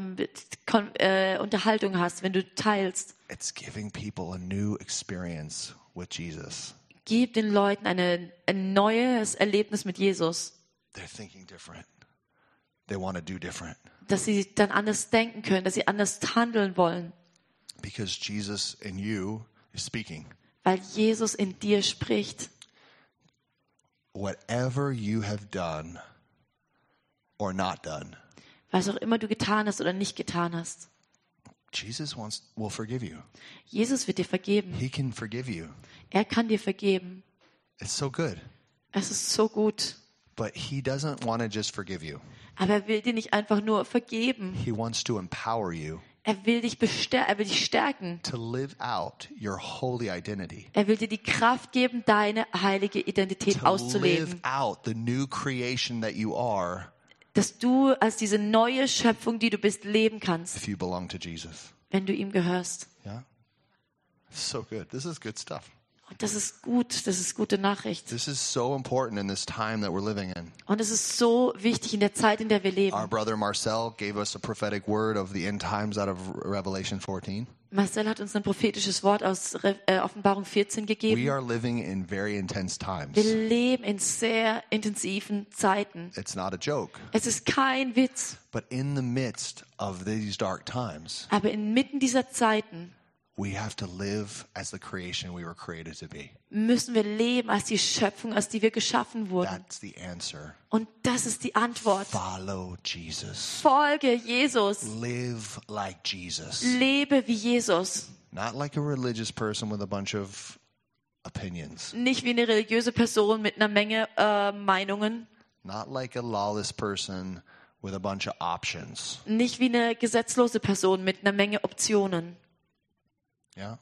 Unterhaltung hast, wenn du teilst, it's giving people a new experience with Jesus. gib den Leuten ein neues Erlebnis mit Jesus, They're thinking different. They want to do different dass sie dann anders denken können, dass sie anders handeln wollen, because Jesus in you is speaking. weil Jesus in dir spricht. Whatever you have done or not done, Was auch immer du getan hast oder nicht getan hast. Jesus will forgive you. Jesus wird dir vergeben. He can forgive you. Er kann dir vergeben. It's so good. Es ist so gut. But he doesn't want to just forgive you. Aber er will dir nicht einfach nur vergeben. He wants to empower you Er will dich stärken. to live out your holy identity. Er will dir die Kraft geben, deine heilige Identität To live auszuleben. out the new creation that you are Dass du als diese neue Schöpfung, die du bist, leben kannst, if you belong to Jesus. wenn du ihm gehörst. Yeah? So good. This is good stuff. Und das ist gut, das ist gute Nachricht. This is so important in this time that we're living in. Und es ist so wichtig in der Zeit, in der wir Our leben. brother Marcel gave us a prophetic word of the end times out of Revelation 14. Marcel hat uns ein prophetisches Wort aus Offenbarung 14 We gegeben. are living in very intense times. Wir leben in sehr intensiven Zeiten. It's not a joke. Es ist kein Witz, But in the midst of these dark times, aber inmitten dieser Zeiten we have to live as the creation we were created to be. müssen wir leben als die Schöpfung, als die wir geschaffen wurden. That's the answer. Und das ist die Antwort. Follow Jesus. Folge Jesus. Live like Jesus. Lebe wie Jesus. Not like a religious person with a bunch of opinions. Nicht wie eine religiöse Person mit einer Menge Meinungen. Not like a lawless person with a bunch of options. Nicht wie eine gesetzlose Person mit einer Menge Optionen. Yeah.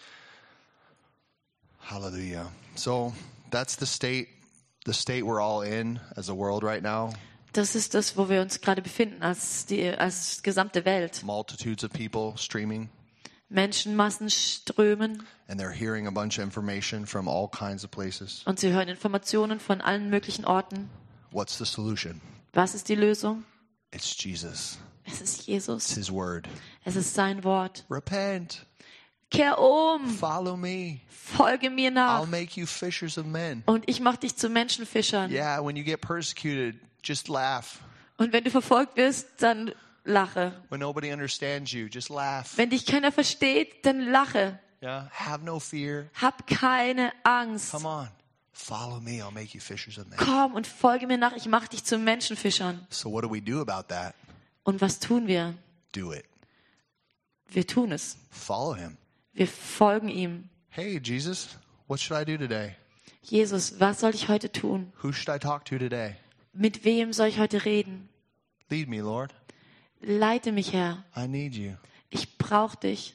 Hallelujah. So that's the state we're all in as a world right now. Das ist das, wo wir uns gerade befinden als gesamte Welt. Multitudes of people streaming, Menschenmassen strömen and they're hearing a bunch of information from all kinds of places. und sie hören Informationen von allen möglichen Orten. What's the solution? Was ist die Lösung? It's Jesus. Es ist It's Jesus. his word. Es ist sein Wort. Repent. Kehr um, Follow me. folge mir I'll nach make you fishers of men. und ich mache dich zu Menschenfischern. Yeah, when you get persecuted, just laugh. Und wenn du verfolgt wirst, dann lache. When nobody understands you, just laugh. Wenn dich keiner versteht, dann lache. Yeah, have no fear. Hab keine Angst. Come on. Follow me, I'll make you fishers of men. Komm und folge mir nach, ich mache dich zu Menschenfischern. So what do we do about that? Und was tun wir? Do it. Wir tun es. Follow him. Wir folgen ihm. Hey, Jesus, what should I do today? Jesus, was soll ich heute tun? Who should I talk to today? Mit wem soll ich heute reden? Lead me, Lord. Leite mich, Herr. I need you. Ich brauche dich.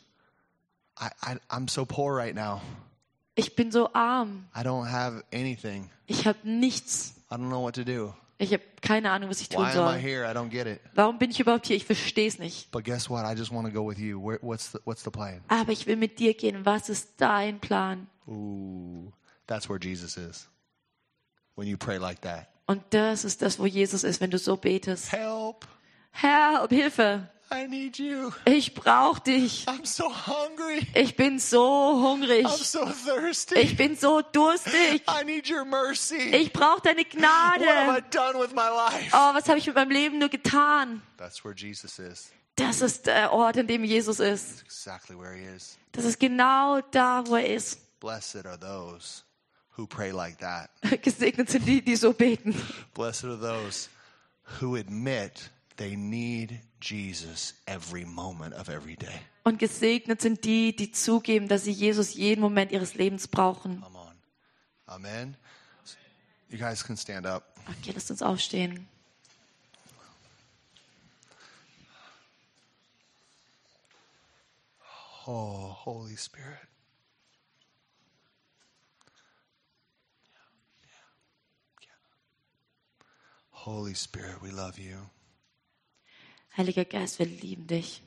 I'm so poor right now. Ich bin so arm. I don't have anything. Ich habe nichts. I don't know what to do. Ich habe keine Ahnung, was ich tun Why am I soll. here? I don't get it. Warum bin ich überhaupt hier? Ich verstehe es nicht. But guess what? I just want to go with you. What's the plan? Aber ich will mit dir gehen. Was ist dein Plan? Ooh, that's where Jesus is. When you pray like that. Und das ist das, wo Jesus ist, wenn du so betest. Help! Herr, um Hilfe. I need you. Ich brauche dich. I'm so hungry. Ich bin so hungrig. I'm so thirsty. Ich bin so durstig. I need your mercy. Ich brauche deine What have I Gnade. done with my life? Oh, was habe ich mit meinem Leben nur getan? That's where Jesus is. Das ist der Ort, an dem Jesus ist. Exactly where he is. Das ist genau da, wo er ist. Blessed are those who pray like that. Gesegnet sind die, die so beten. Blessed are those who admit they need Jesus every moment of every day. Und gesegnet sind die, die zugeben, dass sie Jesus jeden Moment ihres Lebens brauchen. Come on. Amen. You guys can stand up. Okay, lasst uns aufstehen. Oh, Holy Spirit. Holy Spirit, we love you. Heiliger Geist, wir lieben dich.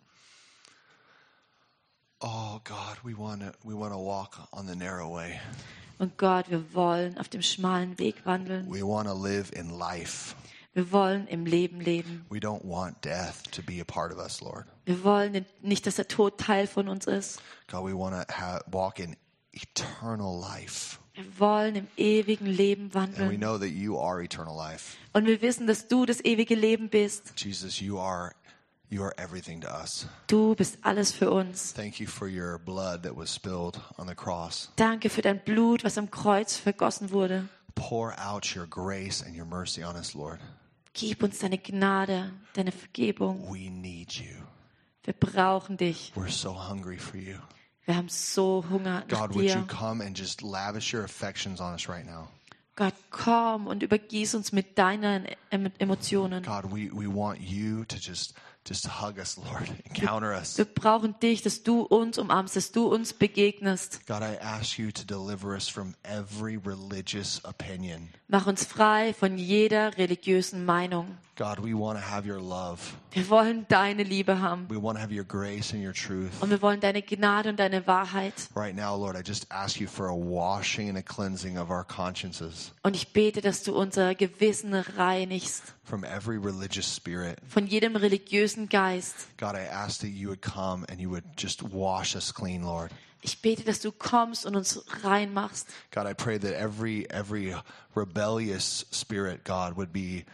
Oh God, we want to walk on the narrow way. Und Gott, wir wollen auf dem schmalen Weg wandeln. We want to live in life. Wir wollen im Leben leben. We don't want death to be a part of us, Lord. Wir wollen nicht, dass der Tod Teil von uns ist. God, we want to walk in eternal life. Wir wollen im ewigen Leben And we wandeln. know that you are eternal life. Und wir wissen, dass du das ewige Leben bist. Jesus, you are everything to us. Du bist alles für uns. Thank you for your blood that was spilled on the cross. Danke für dein Blut, was am Kreuz vergossen wurde. Pour out your grace and your mercy on us, Lord. Gib uns deine Gnade, deine Vergebung. We need you. Wir brauchen dich. We're so hungry for you. Wir haben so Hunger nach God, would you dir. come and just lavish your affections on us right now? Gott, komm und übergieß uns mit deinen Emotionen. God, we want you to just hug us, Lord. Encounter us. Wir brauchen dich, dass du uns umarmst, dass du uns begegnest. God, I ask you to deliver us from every religious opinion. Mach uns frei von jeder religiösen Meinung. God, we want to have your love. Wir wollen deine Liebe haben. We want to have your grace and your truth. Und wir wollen deine Gnade und deine Wahrheit. Right now, Lord, I just ask you for a washing and a cleansing of our consciences Und ich bete, dass du unser Gewissen reinigst. from every religious spirit. Von jedem religiösen Geist. God, I ask that you would come and you would just wash us clean, Lord. Ich bete, dass du kommst und uns reinmachst. God, I pray that every rebellious spirit, God, would be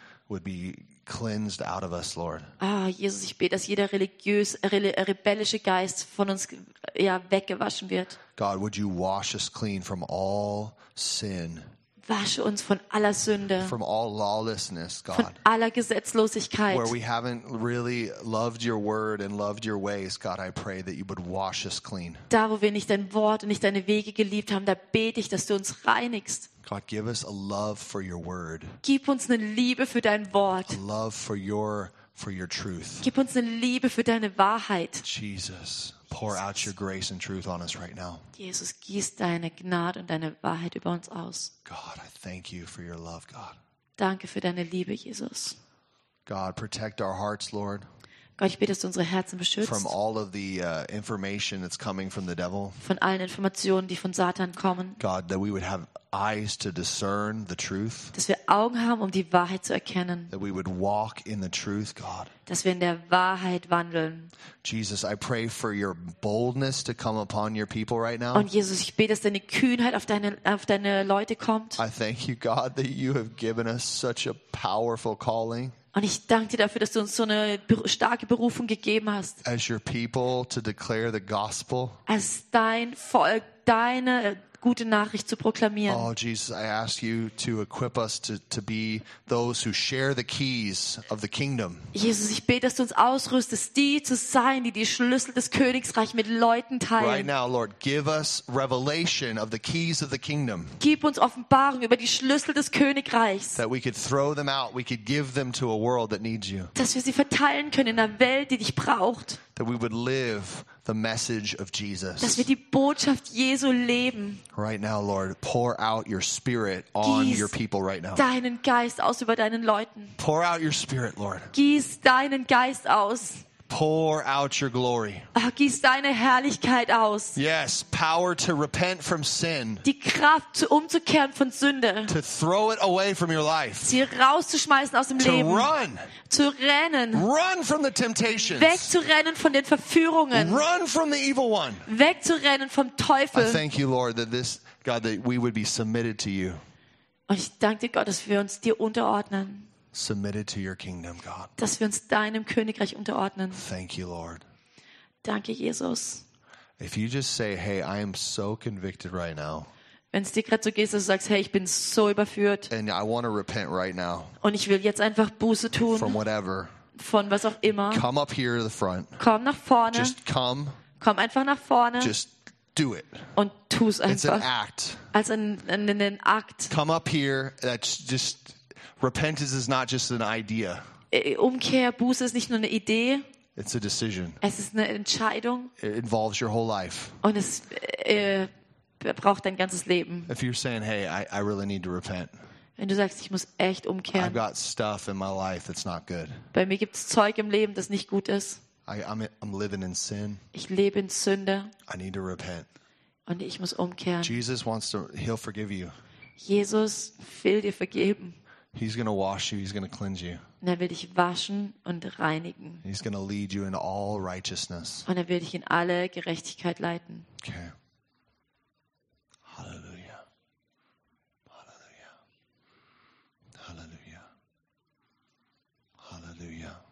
cleansed out of us, Lord. Jesus, ich bete, dass jeder rebellische Geist von uns weggewaschen wird. God, would you wash us clean from all sin, Wasche uns von aller Sünde, from all lawlessness, von God. aller Gesetzlosigkeit. Where we haven't really loved your word and loved your ways, God, I pray that you would wash us clean. Da, wo wir nicht dein Wort und nicht deine Wege geliebt haben, da bete ich, dass du uns reinigst. God, give us a love for your word, Gib uns eine Liebe für dein Wort. a love for your truth. Gib uns eine Liebe für deine Wahrheit. Jesus, pour out your grace and truth on us right now. Jesus, gieß deine Gnade und deine Wahrheit über uns aus. God, I thank you for your love, God. Danke für deine Liebe, Jesus. God, protect our hearts, Lord, Gott, ich bete, dass du unsere Herzen beschützt from all of the information that's coming from the devil. von allen Informationen, die von Satan kommen. God, that we would have eyes to discern the truth, Dass wir Augen haben, um die Wahrheit zu erkennen. that we would walk in the truth, God. Dass wir in der Wahrheit wandeln. Jesus, I pray for your boldness to come upon your people right now. Und Jesus, ich bete, dass deine Kühnheit auf deine Leute kommt. I thank you, God, that you have given us such a powerful calling Und ich danke dir dafür, dass du uns so eine starke Berufung gegeben hast. as your people to declare the gospel. Als dein Volk, deine gute Nachricht zu proklamieren. Oh, Jesus, I ask you to equip us to be those who share the keys of the kingdom. Jesus, ich bete, dass du uns ausrüstest, die zu sein, die die Schlüssel des Königsreichs mit Leuten Right teilen. now, Lord, give us revelation of the keys of the kingdom, Gib uns Offenbarung über die Schlüssel des Königreichs, that we could throw them out, we could give them to a world that needs you, dass wir sie verteilen können in einer Welt, die dich braucht. that we would live the message of Dass Jesus. wir die Botschaft Jesu leben. Right now, Lord, pour out your spirit on Gieß your people right now. deinen Geist aus über deinen Leuten. Pour out your spirit, Lord. Gieß deinen Geist aus. Pour out your glory. Gieß deine Herrlichkeit aus. Yes, power to repent from sin, Die Kraft, umzukehren von Sünde. to throw it away from your life, Sie rauszuschmeißen aus dem to Leben. run, Zu rennen. run from the temptations, Wegzurennen von den Verführungen. run from the evil one. Wegzurennen vom I Teufel. thank you, Lord, that God, that we would be submitted to you, Und ich danke dir, Gott, dass wir uns dir unterordnen. submitted to your kingdom, God. Dass wir uns deinem Königreich unterordnen. Thank you, Lord. Danke, Jesus. If you just say, hey, I am so convicted right now, Wenn es dir gerade so geht, dass du sagst, hey, ich bin so überführt and I want to repent right now und ich will jetzt einfach Buße from tun whatever, von was auch immer. come up here to the front. Komm nach vorne. Just come, Komm einfach nach vorne just do it. und tu es It's an einfach. act. Als einen Akt. Come up here. That's just, repentance is not just an idea. Umkehr, Buße ist nicht nur eine Idee, It's a decision. es ist eine Entscheidung It involves your whole life. und es braucht dein ganzes Leben. If you're saying, hey, I really need to repent. Wenn du sagst, ich muss echt I've umkehren. got stuff in my life that's not good. Bei mir gibt es Zeug im Leben, das nicht gut ist. I'm living in sin. Ich lebe in Sünde I need to repent. und ich muss umkehren. Jesus he'll forgive you. Jesus will dir vergeben. He's going to wash you. He's going to cleanse you. Und er will dich waschen und reinigen. He's going to lead you into all righteousness. Und er will dich in alle Gerechtigkeit leiten. Okay. Hallelujah. Hallelujah. Hallelujah. Hallelujah.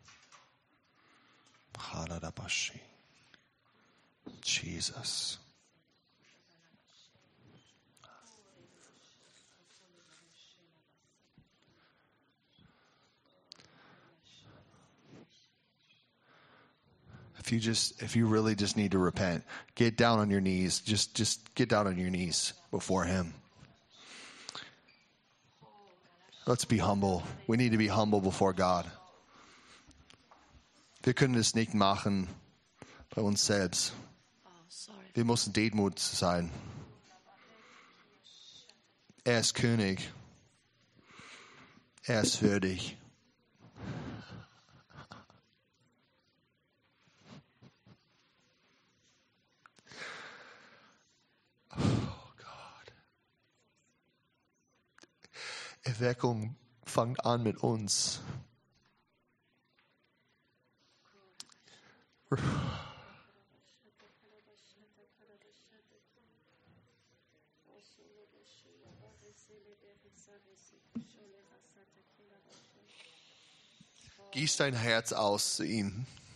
Hallelujah. Jesus. If you really just need to repent, get down on your knees. Just get down on your knees before him. Let's be humble. We need to be humble before God. Wir können es nicht machen bei uns selbst. Wir müssen Demut sein. Er ist König. Er ist würdig. Erweckung fängt an mit uns. Gieß dein Herz aus zu ihm.